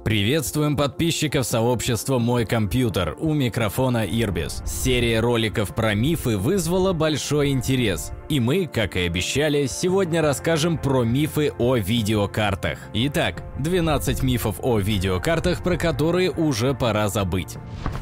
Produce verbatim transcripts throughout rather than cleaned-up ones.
Приветствуем подписчиков сообщества «Мой компьютер», у микрофона Ирбис. Серия роликов про мифы вызвала большой интерес. И мы, как и обещали, сегодня расскажем про мифы о видеокартах. Итак, двенадцать мифов о видеокартах, про которые уже пора забыть.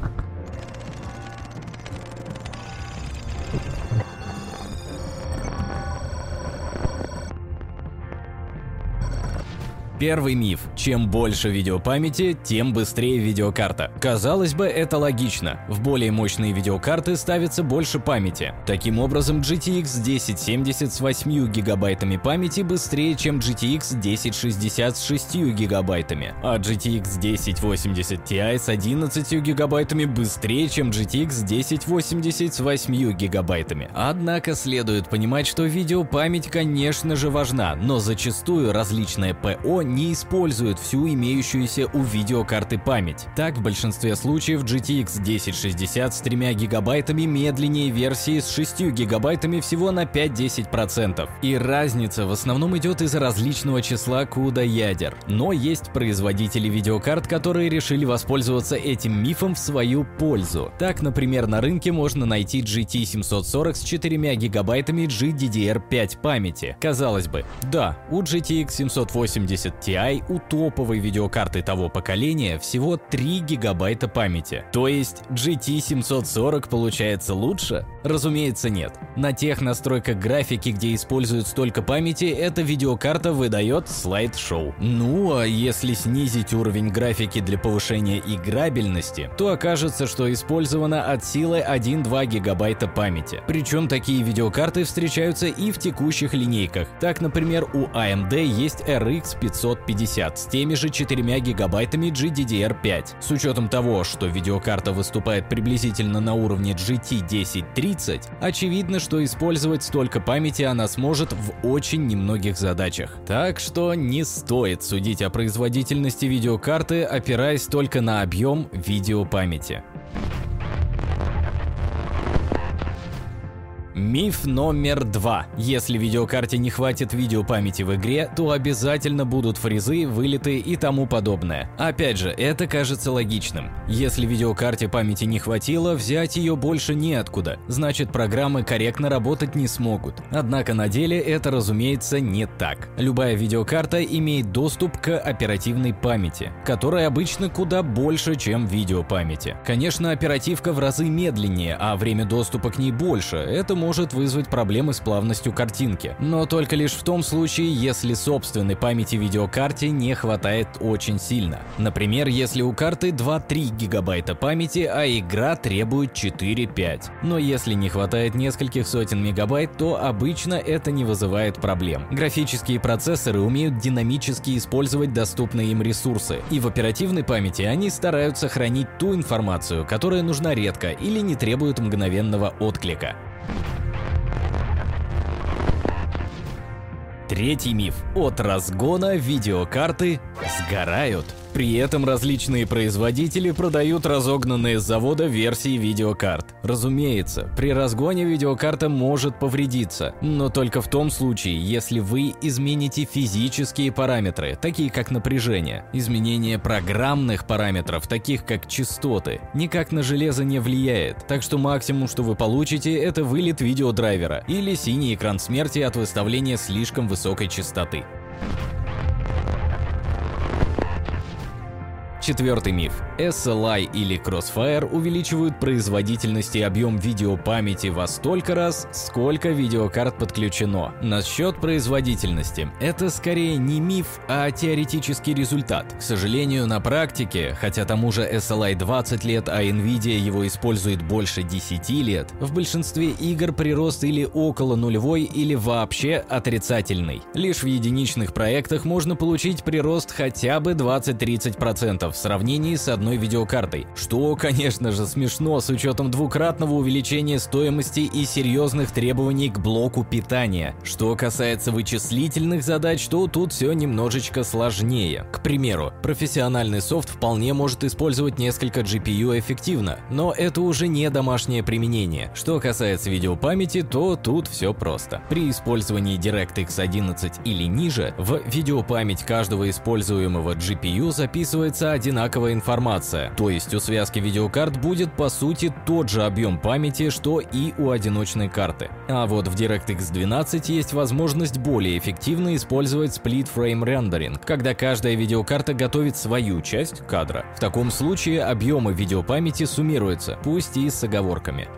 Первый миф. Чем больше видеопамяти, тем быстрее видеокарта. Казалось бы, это логично. В более мощные видеокарты ставится больше памяти. Таким образом, джи ти экс десять семьдесят с восемью гигабайтами памяти быстрее, чем джи ти экс десять шестьдесят с шестью гигабайтами. А джи ти экс десять восемьдесят ти ай с одиннадцатью гигабайтами быстрее, чем джи ти экс десять восемьдесят с восемью гигабайтами. Однако следует понимать, что видеопамять, конечно же, важна, но зачастую различные ПО не используют всю имеющуюся у видеокарты память. Так, в большинстве случаев джи ти экс десять шестьдесят с тремя гигабайтами медленнее версии с шестью гигабайтами всего на пять-десять процентов. И разница в основном идет из-за различного числа куда ядер. Но есть производители видеокарт, которые решили воспользоваться этим мифом в свою пользу. Так, например, на рынке можно найти джи ти семьсот сорок с четырьмя гигабайтами джи ди ди ар пять памяти. Казалось бы, да, у джи ти экс семьсот восемьдесят ти ай у топовой видеокарты того поколения всего три гигабайта памяти. То есть джи ти семьсот сорок получается лучше? Разумеется, нет. На тех настройках графики, где используют столько памяти, эта видеокарта выдает слайд-шоу. Ну а если снизить уровень графики для повышения играбельности, то окажется, что использовано от силы один-два гигабайта памяти. Причем такие видеокарты встречаются и в текущих линейках. Так, например, у эй эм ди есть эр икс пятьсот пятьдесят с теми же четырьмя гигабайтами джи ди ди ар пять. С учетом того, что видеокарта выступает приблизительно на уровне джи ти десять тридцать, очевидно, что использовать столько памяти она сможет в очень немногих задачах. Так что не стоит судить о производительности видеокарты, опираясь только на объем видеопамяти. Миф номер два. Если видеокарте не хватит видеопамяти в игре, то обязательно будут фризы, вылеты и тому подобное. Опять же, это кажется логичным. Если видеокарте памяти не хватило, взять ее больше неоткуда, значит программы корректно работать не смогут. Однако на деле это, разумеется, не так. Любая видеокарта имеет доступ к оперативной памяти, которая обычно куда больше, чем видеопамяти. Конечно, оперативка в разы медленнее, а время доступа к ней больше. Это может может вызвать проблемы с плавностью картинки. Но только лишь в том случае, если собственной памяти видеокарте не хватает очень сильно. Например, если у карты два-три гигабайта памяти, а игра требует четыре-пять. Но если не хватает нескольких сотен мегабайт, то обычно это не вызывает проблем. Графические процессоры умеют динамически использовать доступные им ресурсы, и в оперативной памяти они стараются хранить ту информацию, которая нужна редко или не требует мгновенного отклика. Третий миф. От разгона видеокарты сгорают. При этом различные производители продают разогнанные с завода версии видеокарт. Разумеется, при разгоне видеокарта может повредиться, но только в том случае, если вы измените физические параметры, такие как напряжение. Изменение программных параметров, таких как частоты, никак на железо не влияет, так что максимум, что вы получите, это вылет видеодрайвера или синий экран смерти от выставления слишком высокой частоты. Четвертый миф. эс эл ай или Crossfire увеличивают производительность и объем видеопамяти во столько раз, сколько видеокарт подключено. Насчет производительности. Это скорее не миф, а теоретический результат. К сожалению, на практике, хотя тому же эс эл ай двадцать лет, а Nvidia его использует больше десяти лет, в большинстве игр прирост или около нулевой, или вообще отрицательный. Лишь в единичных проектах можно получить прирост хотя бы двадцать-тридцать процентов. в сравнении с одной видеокартой, что, конечно же, смешно с учетом двукратного увеличения стоимости и серьезных требований к блоку питания. Что касается вычислительных задач, то тут все немножечко сложнее. К примеру, профессиональный софт вполне может использовать несколько джи пи ю эффективно, но это уже не домашнее применение. Что касается видеопамяти, то тут все просто. При использовании DirectX одиннадцать или ниже, в видеопамять каждого используемого джи пи ю записывается одинаковая информация, то есть у связки видеокарт будет по сути тот же объем памяти, что и у одиночной карты. А вот в DirectX двенадцать есть возможность более эффективно использовать Split Frame Rendering, когда каждая видеокарта готовит свою часть кадра. В таком случае объемы видеопамяти суммируются, пусть и с оговорками.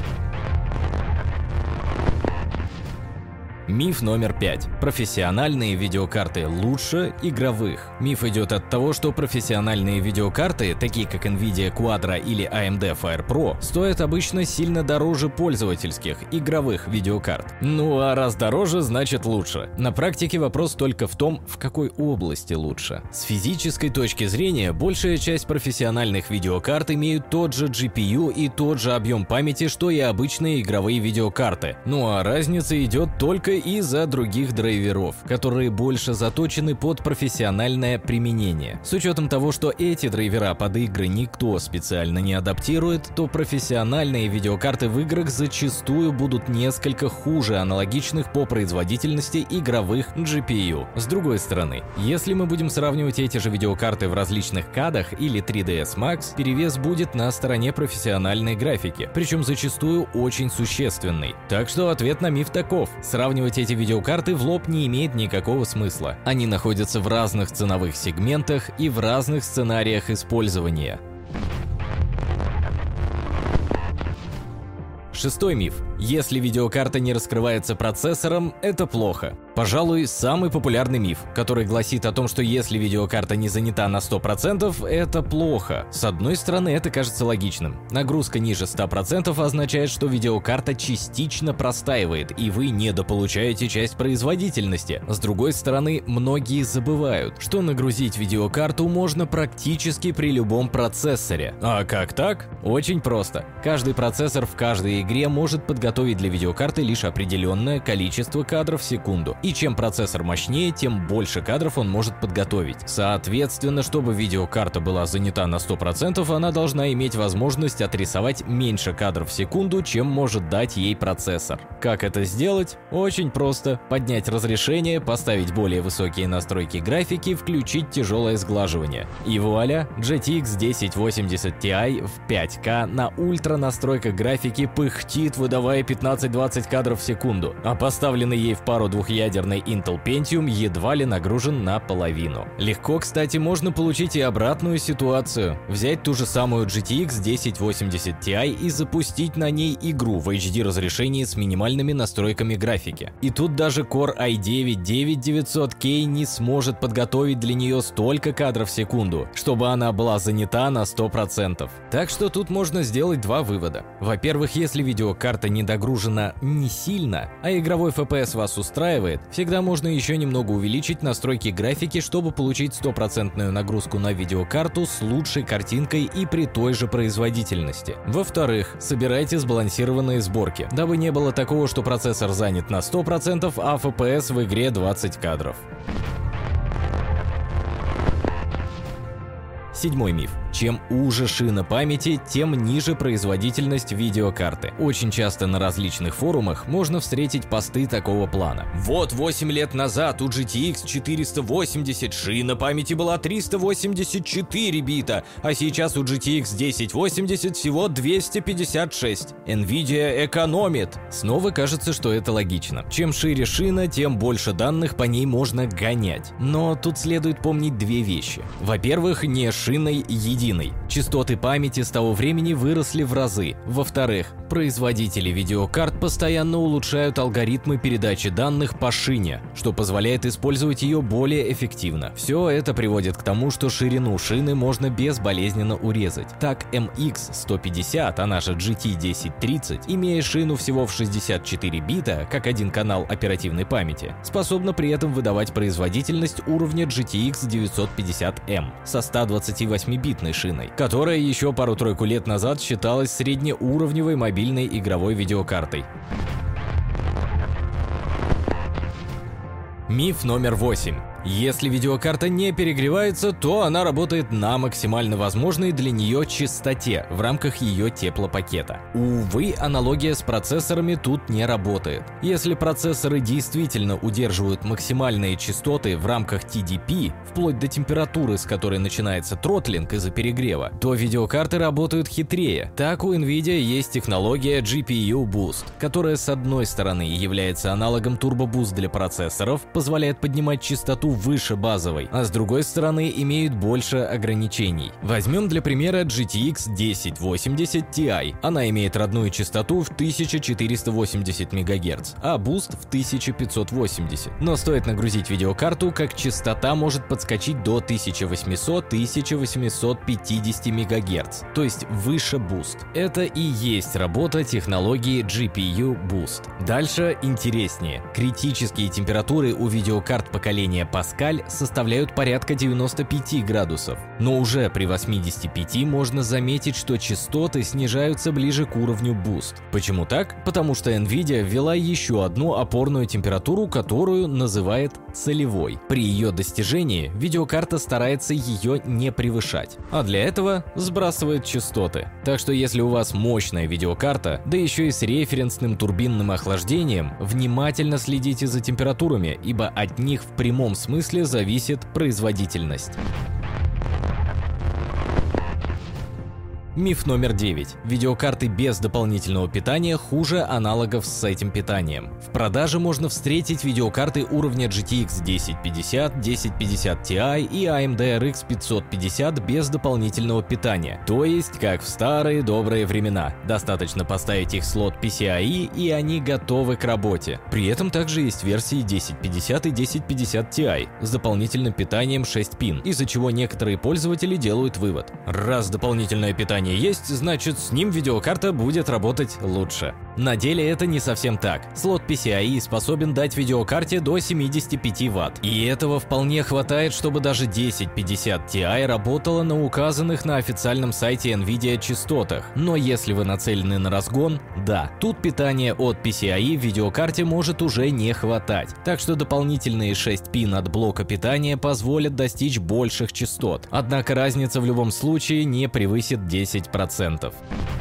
Миф номер пять. Профессиональные видеокарты лучше игровых. Миф идет от того, что профессиональные видеокарты, такие как Nvidia Quadro или эй эм ди Fire Pro, стоят обычно сильно дороже пользовательских, игровых видеокарт. Ну а раз дороже, значит лучше. На практике вопрос только в том, в какой области лучше. С физической точки зрения, большая часть профессиональных видеокарт имеют тот же джи пи ю и тот же объем памяти, что и обычные игровые видеокарты. Ну а разница идет только из-за других драйверов, которые больше заточены под профессиональное применение. С учетом того, что эти драйвера под игры никто специально не адаптирует, то профессиональные видеокарты в играх зачастую будут несколько хуже аналогичных по производительности игровых джи пи ю. С другой стороны, если мы будем сравнивать эти же видеокарты в различных кадах или три ди эс Max, перевес будет на стороне профессиональной графики, причем зачастую очень существенный. Так что ответ на миф таков: сравнивать эти видеокарты в лоб не имеет никакого смысла. Они находятся в разных ценовых сегментах и в разных сценариях использования. Шестой миф. Если видеокарта не раскрывается процессором, это плохо. Пожалуй, самый популярный миф, который гласит о том, что если видеокарта не занята на сто процентов, это плохо. С одной стороны, это кажется логичным. Нагрузка ниже ста процентов означает, что видеокарта частично простаивает, и вы недополучаете часть производительности. С другой стороны, многие забывают, что нагрузить видеокарту можно практически при любом процессоре. А как так? Очень просто. Каждый процессор в каждой игре может подготовить для видеокарты лишь определенное количество кадров в секунду. И чем процессор мощнее, тем больше кадров он может подготовить. Соответственно, чтобы видеокарта была занята на сто процентов, она должна иметь возможность отрисовать меньше кадров в секунду, чем может дать ей процессор. Как это сделать? Очень просто. Поднять разрешение, поставить более высокие настройки графики, включить тяжелое сглаживание. И вуаля! джи ти экс десять восемьдесят ти в пять ка на ультра настройках графики пыхтит, выдавая пятнадцать-двадцать кадров в секунду, а поставленный ей в пару двухъядерный Intel Pentium едва ли нагружен наполовину. Легко, кстати, можно получить и обратную ситуацию. Взять ту же самую джи ти экс десять восемьдесят ти и запустить на ней игру в эйч ди разрешении с минимальными настройками графики. И тут даже Core ай девять девять девятьсот кей не сможет подготовить для нее столько кадров в секунду, чтобы она была занята на сто процентов. Так что тут можно сделать два вывода. Во-первых, если видеокарта не догружена не сильно, а игровой эф пи эс вас устраивает, всегда можно еще немного увеличить настройки графики, чтобы получить стопроцентную нагрузку на видеокарту с лучшей картинкой и при той же производительности. Во-вторых, собирайте сбалансированные сборки, дабы не было такого, что процессор занят на сто процентов, а эф пи эс в игре двадцать кадров. Седьмой миф. Чем уже шина памяти, тем ниже производительность видеокарты. Очень часто на различных форумах можно встретить посты такого плана. Вот восемь лет назад у джи ти экс четыреста восемьдесят шина памяти была триста восемьдесят четыре бита, а сейчас у джи ти экс десять восемьдесят всего двести пятьдесят шесть. Nvidia экономит. Снова кажется, что это логично. Чем шире шина, тем больше данных по ней можно гонять. Но тут следует помнить две вещи. Во-первых, не шиной единой. Частоты памяти с того времени выросли в разы. Во-вторых, производители видеокарт постоянно улучшают алгоритмы передачи данных по шине, что позволяет использовать ее более эффективно. Все это приводит к тому, что ширину шины можно безболезненно урезать. Так эм икс сто пятьдесят, а наша джи ти десять тридцать, имея шину всего в шестьдесят четыре бита, как один канал оперативной памяти, способна при этом выдавать производительность уровня джи ти экс девятьсот пятьдесят эм со ста двадцатью восьмибитной шиной, которая еще пару-тройку лет назад считалась среднеуровневой мобильной игровой видеокартой. Миф номер восемь. Если видеокарта не перегревается, то она работает на максимально возможной для нее частоте в рамках ее теплопакета. Увы, аналогия с процессорами тут не работает. Если процессоры действительно удерживают максимальные частоты в рамках ти ди пи, вплоть до температуры, с которой начинается тротлинг из-за перегрева, то видеокарты работают хитрее. Так у NVIDIA есть технология джи пи ю Boost, которая с одной стороны является аналогом Turbo Boost для процессоров, позволяет поднимать частоту выше базовой, а с другой стороны имеют больше ограничений. Возьмем для примера джи ти экс десять восемьдесят Ti. Она имеет родную частоту в тысяча четыреста восемьдесят мегагерц, а Boost в тысяча пятьсот восемьдесят. Но стоит нагрузить видеокарту, как частота может подскочить до тысяча восемьсот — тысяча восемьсот пятьдесят мегагерц, то есть выше Boost. Это и есть работа технологии джи пи ю Boost. Дальше интереснее. Критические температуры у видеокарт поколения Pascal составляют порядка девяноста пяти градусов, но уже при восьмидесяти пяти можно заметить, что частоты снижаются ближе к уровню Boost. Почему так? Потому что NVIDIA ввела еще одну опорную температуру, которую называет целевой. При ее достижении видеокарта старается ее не превышать, а для этого сбрасывает частоты. Так что если у вас мощная видеокарта, да еще и с референсным турбинным охлаждением, внимательно следите за температурами, ибо от них в прямом смысле зависит производительность. Миф номер девять. Видеокарты без дополнительного питания хуже аналогов с этим питанием. В продаже можно встретить видеокарты уровня джи ти экс десять пятьдесят, десять пятьдесят Ti и эй эм ди эр икс пятьсот пятьдесят без дополнительного питания. То есть, как в старые добрые времена. Достаточно поставить их в слот пи си ай, и они готовы к работе. При этом также есть версии десять пятьдесят и десять пятьдесят Ti с дополнительным питанием шесть пин, из-за чего некоторые пользователи делают вывод: раз дополнительное питание есть, значит, с ним видеокарта будет работать лучше. На деле это не совсем так. Слот пи си ай способен дать видеокарте до семидесяти пяти ватт. И этого вполне хватает, чтобы даже десять пятьдесят Ti работала на указанных на официальном сайте NVIDIA частотах. Но если вы нацелены на разгон, да, тут питание от пи си ай в видеокарте может уже не хватать. Так что дополнительные шесть пин от блока питания позволят достичь больших частот. Однако разница в любом случае не превысит десять процентов.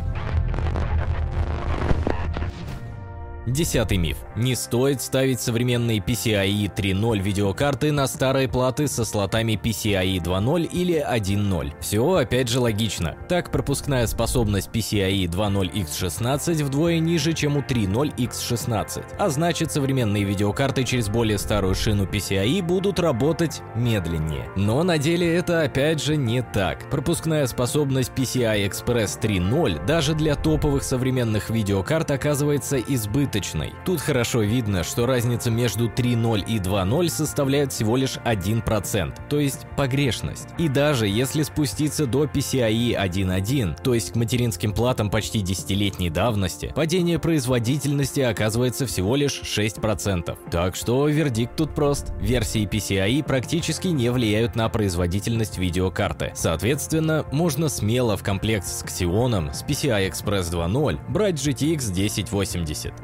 Десятый миф. Не стоит ставить современные пи си ай три ноль видеокарты на старые платы со слотами пи си ай два ноль или один ноль. Все опять же логично. Так, пропускная способность пи си ай два ноль икс шестнадцать вдвое ниже, чем у три ноль икс шестнадцать. А значит, современные видеокарты через более старую шину пи си ай будут работать медленнее. Но на деле это опять же не так. Пропускная способность пи си ай Express три ноль даже для топовых современных видеокарт оказывается избыточной. Тут хорошо видно, что разница между три ноль и два ноль составляет всего лишь один процент, то есть погрешность. И даже если спуститься до пи си ай один один, то есть к материнским платам почти десятилетней давности, падение производительности оказывается всего лишь шесть процентов. Так что вердикт тут прост. Версии пи си ай практически не влияют на производительность видеокарты. Соответственно, можно смело в комплект с Xeon, с пи си ай Express два ноль брать джи ти экс десять восемьдесят.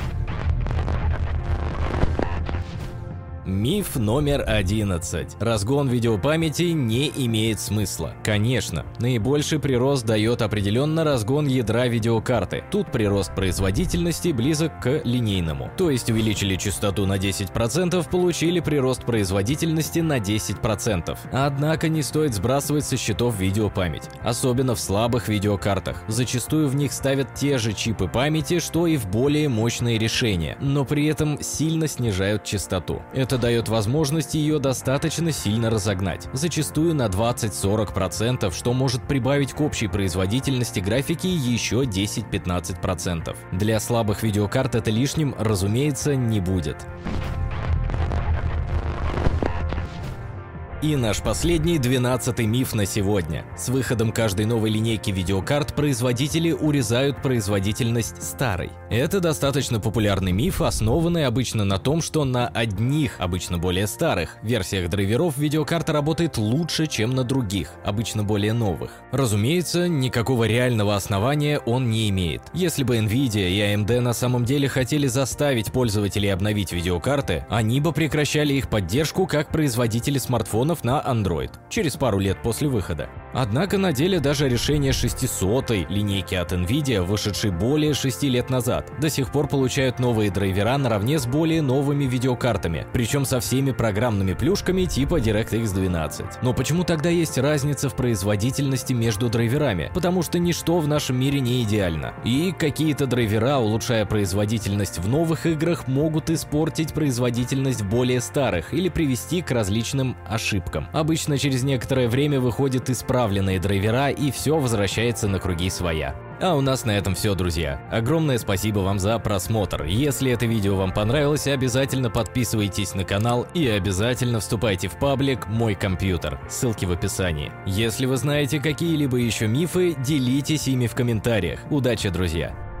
Миф номер одиннадцать. Разгон видеопамяти не имеет смысла. Конечно, наибольший прирост дает определенно разгон ядра видеокарты. Тут прирост производительности близок к линейному. То есть увеличили частоту на десять процентов, получили прирост производительности на десять процентов. Однако не стоит сбрасывать со счетов видеопамять. Особенно в слабых видеокартах. Зачастую в них ставят те же чипы памяти, что и в более мощные решения, но при этом сильно снижают частоту. Это дает возможность ее достаточно сильно разогнать, зачастую на двадцать-сорок процентов, что может прибавить к общей производительности графики еще десять-пятнадцать процентов. Для слабых видеокарт это лишним, разумеется, не будет. И наш последний, двенадцатый миф на сегодня. С выходом каждой новой линейки видеокарт производители урезают производительность старой. Это достаточно популярный миф, основанный обычно на том, что на одних, обычно более старых, версиях драйверов видеокарта работает лучше, чем на других, обычно более новых. Разумеется, никакого реального основания он не имеет. Если бы Nvidia и эй эм ди на самом деле хотели заставить пользователей обновить видеокарты, они бы прекращали их поддержку как производители смартфонов на Android через пару лет после выхода. Однако на деле даже решение шестисотой линейки от Nvidia, вышедшей более шести лет назад, до сих пор получают новые драйвера наравне с более новыми видеокартами, причем со всеми программными плюшками типа DirectX двенадцать. Но почему тогда есть разница в производительности между драйверами? Потому что ничто в нашем мире не идеально. И какие-то драйвера, улучшая производительность в новых играх, могут испортить производительность в более старых или привести к различным ошибкам. Обычно через некоторое время выходят исправленные драйвера, и все возвращается на круги своя. А у нас на этом все, друзья. Огромное спасибо вам за просмотр. Если это видео вам понравилось, обязательно подписывайтесь на канал и обязательно вступайте в паблик «Мой компьютер». Ссылки в описании. Если вы знаете какие-либо еще мифы, делитесь ими в комментариях. Удачи, друзья!